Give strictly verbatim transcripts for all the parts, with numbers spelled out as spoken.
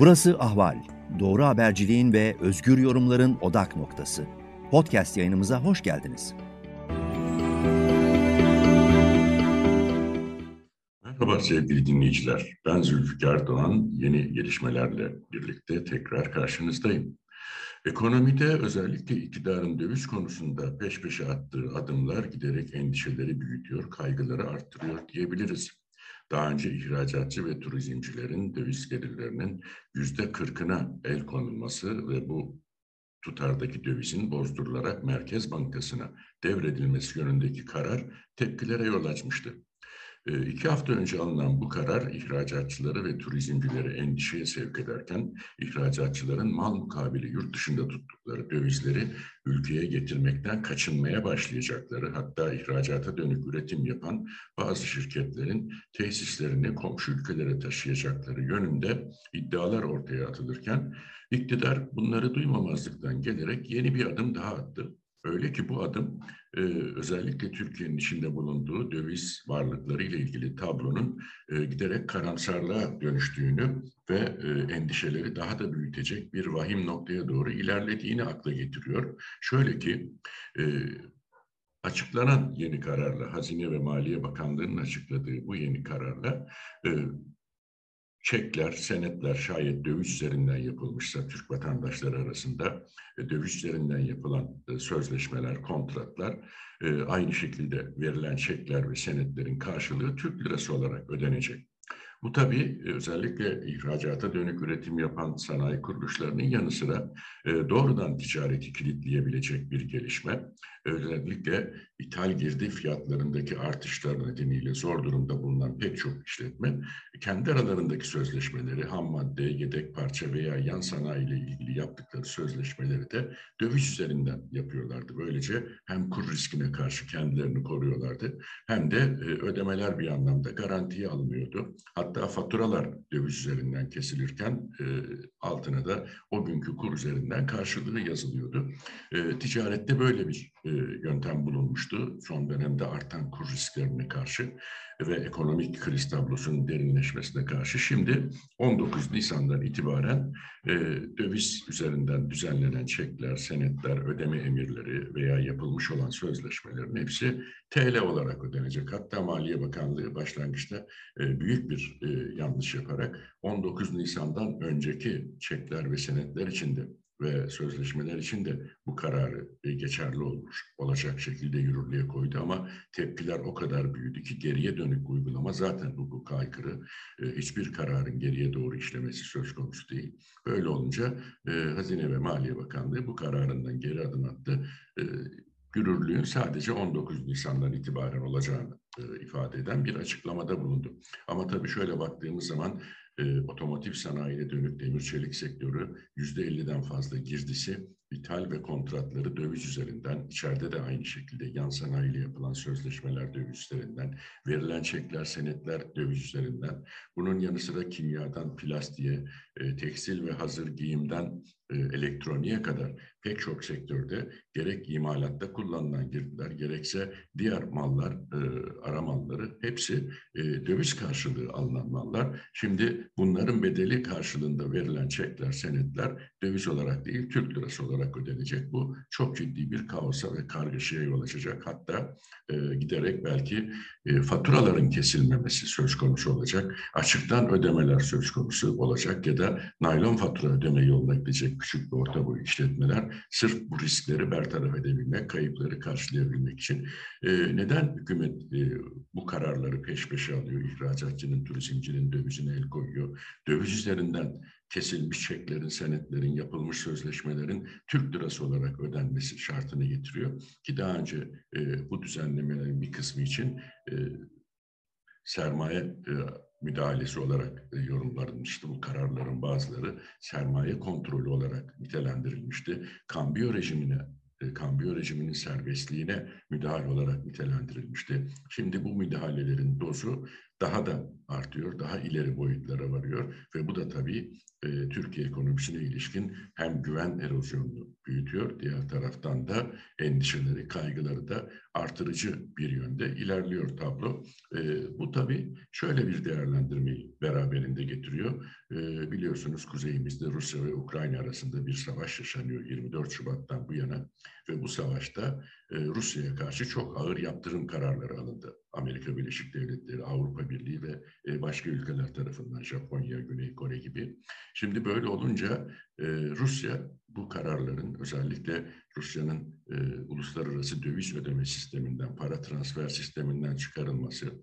Burası Ahval. Doğru haberciliğin ve özgür yorumların odak noktası. Podcast yayınımıza hoş geldiniz. Merhaba sevgili dinleyiciler. Ben Zülfikar Doğan. Yeni gelişmelerle birlikte tekrar karşınızdayım. Ekonomide özellikle iktidarın döviz konusunda peş peşe attığı adımlar giderek endişeleri büyütüyor, kaygıları arttırıyor diyebiliriz. Daha önce ihracatçı ve turizmcilerin döviz gelirlerinin yüzde kırkına el konulması ve bu tutardaki dövizin bozdurularak Merkez Bankası'na devredilmesi yönündeki karar tepkilere yol açmıştı. E, iki hafta önce alınan bu karar ihracatçıları ve turizmcileri endişeye sevk ederken ihracatçıların mal mukabili yurt dışında tuttukları dövizleri ülkeye getirmekten kaçınmaya başlayacakları, hatta ihracata dönük üretim yapan bazı şirketlerin tesislerini komşu ülkelere taşıyacakları yönünde iddialar ortaya atılırken iktidar bunları duymamazlıktan gelerek yeni bir adım daha attı. Öyle ki bu adım e, özellikle Türkiye'nin içinde bulunduğu döviz varlıkları ile ilgili tablonun e, giderek karamsarlığa dönüştüğünü ve e, endişeleri daha da büyütecek bir vahim noktaya doğru ilerlediğini akla getiriyor. Şöyle ki e, açıklanan yeni kararla, Hazine ve Maliye Bakanlığı'nın açıkladığı bu yeni kararla e, çekler, senetler şayet döviz üzerinden yapılmışsa Türk vatandaşları arasında e, döviz üzerinden yapılan e, sözleşmeler, kontratlar e, aynı şekilde verilen çekler ve senetlerin karşılığı Türk lirası olarak ödenecek. Bu tabii özellikle ihracata dönük üretim yapan sanayi kuruluşlarının yanı sıra e, doğrudan ticareti kilitleyebilecek bir gelişme. Özellikle ithal girdi fiyatlarındaki artışlar nedeniyle zor durumda bulunan pek çok işletme kendi aralarındaki sözleşmeleri, ham madde, yedek parça veya yan sanayi ile ilgili yaptıkları sözleşmeleri de döviz üzerinden yapıyorlardı. Böylece hem kur riskine karşı kendilerini koruyorlardı hem de e, ödemeler bir anlamda garantiye alınıyordu. Hatta faturalar döviz üzerinden kesilirken e, altına da o günkü kur üzerinden karşılığı yazılıyordu. E, ticarette böyle bir e, yöntem bulunmuştu. Son dönemde artan kur risklerine karşı ve ekonomik kriz tablosunun derinleşmesine karşı şimdi on dokuz Nisan'dan itibaren e, döviz üzerinden düzenlenen çekler, senetler, ödeme emirleri veya yapılmış olan sözleşmelerin hepsi T L olarak ödenecek. Hatta Maliye Bakanlığı başlangıçta e, büyük bir e, yanlış yaparak on dokuz Nisan'dan önceki çekler ve senetler içinde ve sözleşmeler için de bu kararı e, geçerli olmuş olacak şekilde yürürlüğe koydu ama tepkiler o kadar büyüdü ki geriye dönük uygulama zaten hukuka aykırı. E, hiçbir kararın geriye doğru işlemesi söz konusu değil. Böyle olunca e, Hazine ve Maliye Bakanlığı bu kararından geri adım attı. E, yürürlüğün sadece on dokuz Nisan'dan itibaren olacağını e, ifade eden bir açıklamada bulundu. Ama tabii şöyle baktığımız zaman e, otomotiv sanayiye dönük demir çelik sektörü yüzde elliden fazla girdisi ithal ve kontratları döviz üzerinden, içeride de aynı şekilde yan sanayiyle yapılan sözleşmeler döviz üzerinden, verilen çekler, senetler döviz üzerinden. Bunun yanı sıra kimyadan plastiğe, e, tekstil ve hazır giyimden e, elektroniğe kadar pek çok sektörde gerek imalatta kullanılan girdiler, gerekse diğer mallar, e, ara malları hepsi e, döviz karşılığı alınan mallar. Şimdi bunların bedeli karşılığında verilen çekler, senetler döviz olarak değil Türk lirası olarak ödenecek. Bu çok ciddi bir kaosa ve kargaşaya yol açacak. Hatta e, giderek belki e, faturaların kesilmemesi söz konusu olacak. Açıktan ödemeler söz konusu olacak ya da naylon fatura ödeme yoluna gidecek küçük ve orta boy işletmeler sırf bu riskleri bertaraf edebilmek, kayıpları karşılayabilmek için. E, neden hükümet e, bu kararları peş peşe alıyor? İhracatçının, turizmcinin dövizine el koyuyor. Döviz üzerinden kesilmiş çeklerin, senetlerin, yapılmış sözleşmelerin Türk lirası olarak ödenmesi şartını getiriyor. Ki daha önce e, bu düzenlemelerin bir kısmı için e, sermaye e, müdahalesi olarak e, yorumlanmıştı. Bu kararların bazıları sermaye kontrolü olarak nitelendirilmişti. Kambiyo rejimine e, kambiyo rejiminin serbestliğine müdahale olarak nitelendirilmişti. Şimdi bu müdahalelerin dozu daha da artıyor, daha ileri boyutlara varıyor ve bu da tabii e, Türkiye ekonomisine ilişkin hem güven erozyonunu büyütüyor, diğer taraftan da endişeleri, kaygıları da artırıcı bir yönde ilerliyor tablo. E, bu tabii şöyle bir değerlendirmeyi beraberinde getiriyor. E, biliyorsunuz kuzeyimizde Rusya ve Ukrayna arasında bir savaş yaşanıyor yirmi dört Şubat'tan bu yana ve bu savaşta e, Rusya'ya karşı çok ağır yaptırım kararları alındı. Amerika Birleşik Devletleri, Avrupa Birliği ve e, başka ülkeler tarafından Japonya, Güney Kore gibi. Şimdi böyle olunca e, Rusya bu kararların özellikle Rusya'nın e, uluslararası döviz ödeme sisteminden, para transfer sisteminden çıkarılması,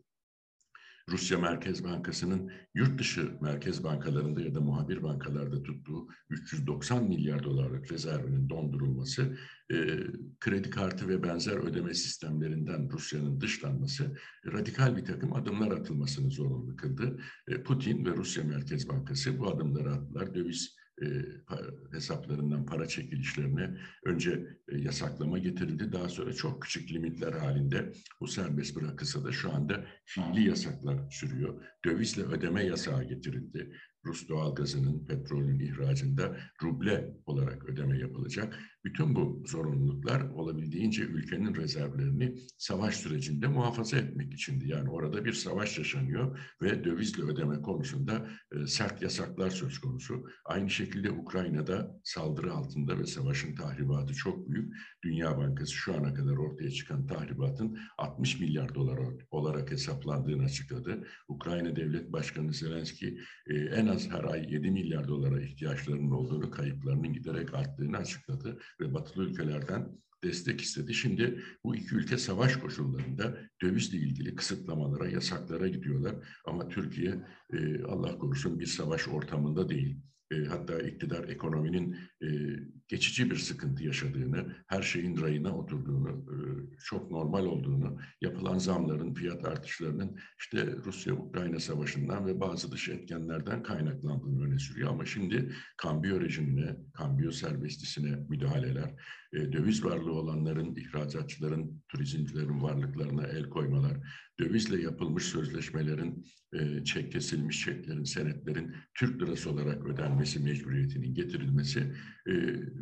Rusya Merkez Bankası'nın yurt dışı merkez bankalarında ya da muhabir bankalarda tuttuğu üç yüz doksan milyar dolarlık rezervinin dondurulması, e, kredi kartı ve benzer ödeme sistemlerinden Rusya'nın dışlanması, radikal bir takım adımlar atılmasını zorunlu kıldı. E, Putin ve Rusya Merkez Bankası bu adımları attılar. Döviz e, hesaplarından para çekilişlerine önce e, yasaklama getirildi. Daha sonra çok küçük limitler halinde bu serbest bırakılsa da şu anda fiili yasaklar sürüyor. Dövizle ödeme yasağı getirildi. Rus doğalgazının, petrolün ihracında ruble olarak ödeme yapılacak. Bütün bu zorunluluklar olabildiğince ülkenin rezervlerini savaş sürecinde muhafaza etmek içindi. Yani orada bir savaş yaşanıyor ve dövizle ödeme konusunda e, sert yasaklar söz konusu. Aynı şekilde Ukrayna'da saldırı altında ve savaşın tahribatı çok büyük. Dünya Bankası şu ana kadar ortaya çıkan tahribatın altmış milyar dolar olarak hesaplandığını açıkladı. Ukrayna Devlet Başkanı Zelenski e, en az her ay yedi milyar dolara ihtiyaçlarının olduğunu, kayıplarının giderek arttığını açıkladı ve batılı ülkelerden destek istedi. Şimdi bu iki ülke savaş koşullarında dövizle ilgili kısıtlamalara, yasaklara gidiyorlar. Ama Türkiye e, Allah korusun bir savaş ortamında değil. E, hatta iktidar ekonominin e, geçici bir sıkıntı yaşadığını, her şeyin rayına oturduğunu, e, çok normal olduğunu, yapılan zamların, fiyat artışlarının işte Rusya-Ukrayna savaşından ve bazı dış etkenlerden kaynaklandığını öne sürüyor. Ama şimdi kambiyo rejimine, kambiyo serbestisine müdahaleler, e, döviz varlığı olanların, ihracatçıların, turizmcilerin varlıklarına el koymalar, dövizle yapılmış sözleşmelerin, e, çek kesilmiş çeklerin, senetlerin Türk lirası olarak ödenmesi mecburiyetinin getirilmesi, e,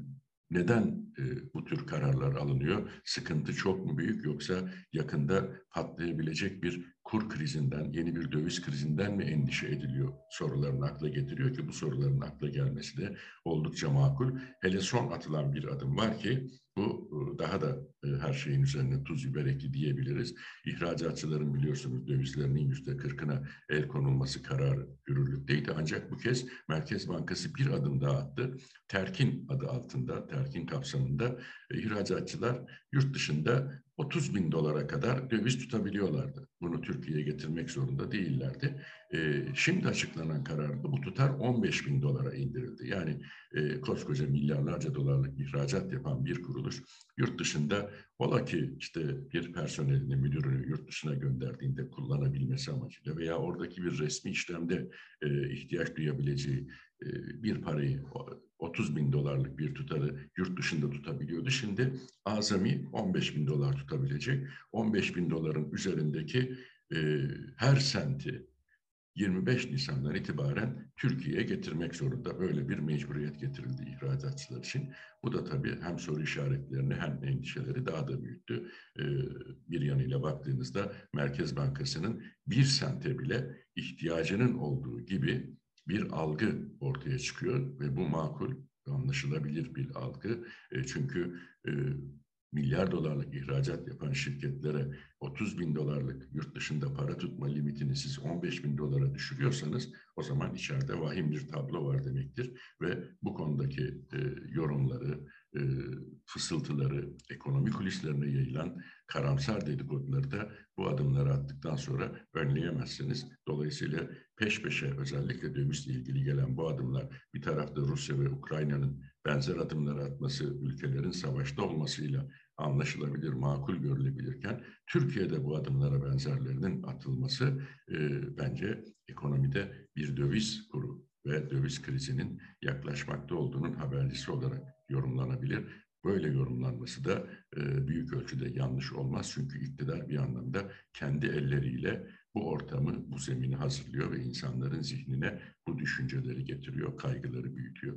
neden e, bu tür kararlar alınıyor? Sıkıntı çok mu büyük yoksa yakında patlayabilecek bir kur krizinden, yeni bir döviz krizinden mi endişe ediliyor sorularını akla getiriyor ki bu soruların akla gelmesi de oldukça makul. Hele son atılan bir adım var ki bu daha da e, her şeyin üzerine tuz biber eki diyebiliriz. İhracatçıların biliyorsunuz dövizlerinin yüzde kırkına el konulması kararı yürürlükteydi. Ancak bu kez Merkez Bankası bir adım daha attı. Terkin adı altında, Terkin kapsamında e, ihracatçılar yurt dışında otuz bin dolara kadar döviz tutabiliyorlardı. Bunu Türkiye'ye getirmek zorunda değillerdi. E, şimdi açıklanan kararda bu tutar on beş bin dolara indirildi. Yani e, koskoca milyarlarca dolarlık ihracat yapan bir kuruluş yurt dışında ola ki işte bir personelini, müdürünü yurt dışına gönderdiğinde kullanabilmesi amacıyla veya oradaki bir resmi işlemde e, ihtiyaç duyabileceği e, bir parayı otuz bin dolarlık bir tutarı yurt dışında tutabiliyordu. Şimdi azami on beş bin dolar tutabilecek. on beş bin doların üzerindeki e, her senti yirmi beş Nisan'dan itibaren Türkiye'ye getirmek zorunda. Böyle bir mecburiyet getirildi ihracatçılar için. Bu da tabii hem soru işaretlerini hem endişeleri daha da büyüttü. Ee, bir yanıyla baktığınızda Merkez Bankası'nın bir sente bile ihtiyacının olduğu gibi bir algı ortaya çıkıyor ve bu makul, anlaşılabilir bir algı. E, çünkü e, milyar dolarlık ihracat yapan şirketlere otuz bin dolarlık yurt dışında para tutma limitini siz on beş bin dolara düşürüyorsanız o zaman içeride vahim bir tablo var demektir. Ve bu konudaki e, yorumları, e, fısıltıları, ekonomi kulislerine yayılan karamsar dedikoduları da bu adımları attıktan sonra önleyemezsiniz. Dolayısıyla peş peşe özellikle dövizle ilgili gelen bu adımlar, bir tarafta Rusya ve Ukrayna'nın benzer adımları atması, ülkelerin savaşta olmasıyla anlaşılabilir, makul görülebilirken Türkiye'de bu adımlara benzerlerinin atılması e, bence ekonomide bir döviz kuru ve döviz krizinin yaklaşmakta olduğunun habercisi olarak yorumlanabilir. Böyle yorumlanması da e, büyük ölçüde yanlış olmaz. Çünkü iktidar bir anlamda kendi elleriyle bu ortamı, bu zemini hazırlıyor ve insanların zihnine bu düşünceleri getiriyor, kaygıları büyütüyor.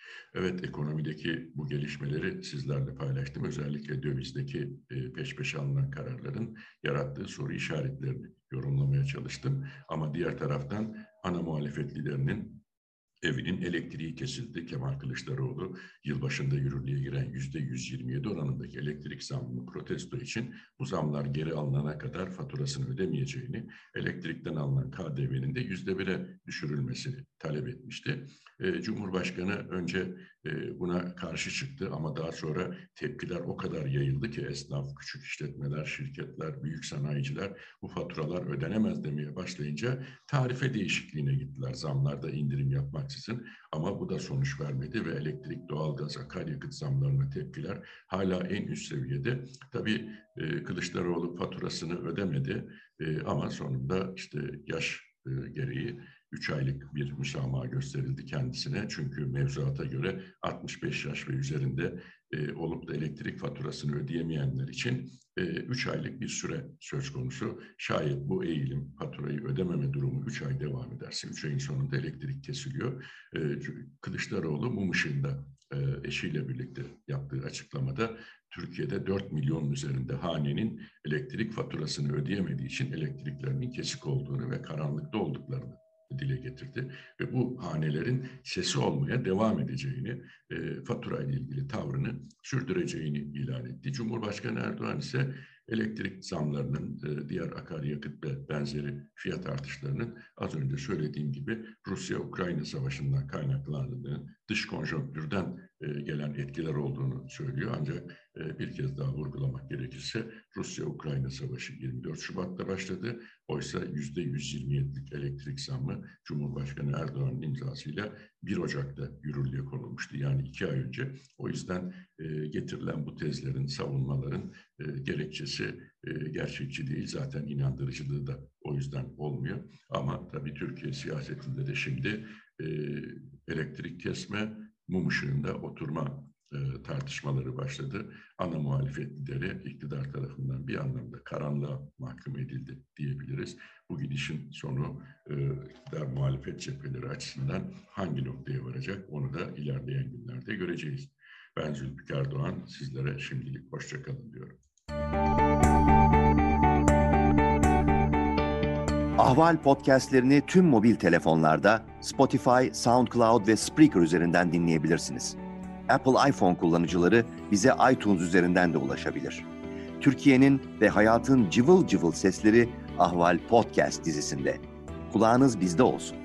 Evet, ekonomideki bu gelişmeleri sizlerle paylaştım. Özellikle dövizdeki peş peşe alınan kararların yarattığı soru işaretlerini yorumlamaya çalıştım. Ama diğer taraftan ana muhalefet liderinin evinin elektriği kesildi. Kemal Kılıçdaroğlu yılbaşında yürürlüğe giren yüzde yüz yirmi yedi oranındaki elektrik zammını protesto için bu zamlar geri alınana kadar faturasını ödemeyeceğini, elektrikten alınan K D V'nin de yüzde bire düşürülmesini talep etmişti. E, Cumhurbaşkanı önce e, buna karşı çıktı ama daha sonra tepkiler o kadar yayıldı ki esnaf, küçük işletmeler, şirketler, büyük sanayiciler bu faturalar ödenemez demeye başlayınca tarife değişikliğine gittiler. Zamlarda indirim yapmak ama bu da sonuç vermedi ve elektrik, doğalgaz, akaryakıt zamlarına tepkiler hala en üst seviyede. Tabii e, Kılıçdaroğlu faturasını ödemedi e, ama sonunda işte yaş e, gereği üç aylık bir müsamaha gösterildi kendisine. Çünkü mevzuata göre altmış beş yaş ve üzerinde e, olup da elektrik faturasını ödeyemeyenler için üç aylık bir süre söz konusu. Şayet bu eğilim, faturayı ödememe durumu üç ay devam ederse, üç ayın sonunda elektrik kesiliyor. E, Kılıçdaroğlu mum ışığında e, eşiyle birlikte yaptığı açıklamada Türkiye'de dört milyonun üzerinde hanenin elektrik faturasını ödeyemediği için elektriklerinin kesik olduğunu ve karanlıkta olduklarını dile getirdi ve bu hanelerin sesi olmaya devam edeceğini, e, fatura ile ilgili tavrını sürdüreceğini ilan etti. Cumhurbaşkanı Erdoğan ise elektrik zamlarının, e, diğer akaryakıt ve benzeri fiyat artışlarının az önce söylediğim gibi Rusya-Ukrayna savaşından kaynaklandığını, dış konjonktürden e, gelen etkiler olduğunu söylüyor. Ancak e, bir kez daha vurgulamak gerekirse Rusya-Ukrayna savaşı yirmi dört Şubat'ta başladı. Oysa yüzde yüz yirmi yedilik elektrik zammı Cumhurbaşkanı Erdoğan'ın imzasıyla bir Ocak'ta yürürlüğe konulmuştu. Yani iki ay önce. O yüzden e, getirilen bu tezlerin, savunmaların e, gerekçesi e, gerçekçi değil. Zaten inandırıcılığı da o yüzden olmuyor. Ama tabii Türkiye siyasetinde de şimdi e, elektrik kesme, mum ışığında oturma e, tartışmaları başladı. Ana muhalefet lideri iktidar tarafından bir anlamda karanlığa mahkum edildi diyebiliriz. Bu gidişin sonu e, iktidar muhalefet cepheleri açısından hangi noktaya varacak onu da ilerleyen günlerde göreceğiz. Ben Zülfikar Doğan, sizlere şimdilik hoşça kalın diyorum. Ahval podcastlerini tüm mobil telefonlarda Spotify, SoundCloud ve Spreaker üzerinden dinleyebilirsiniz. Apple iPhone kullanıcıları bize iTunes üzerinden de ulaşabilir. Türkiye'nin ve hayatın cıvıl cıvıl sesleri Ahval Podcast dizisinde. Kulağınız bizde olsun.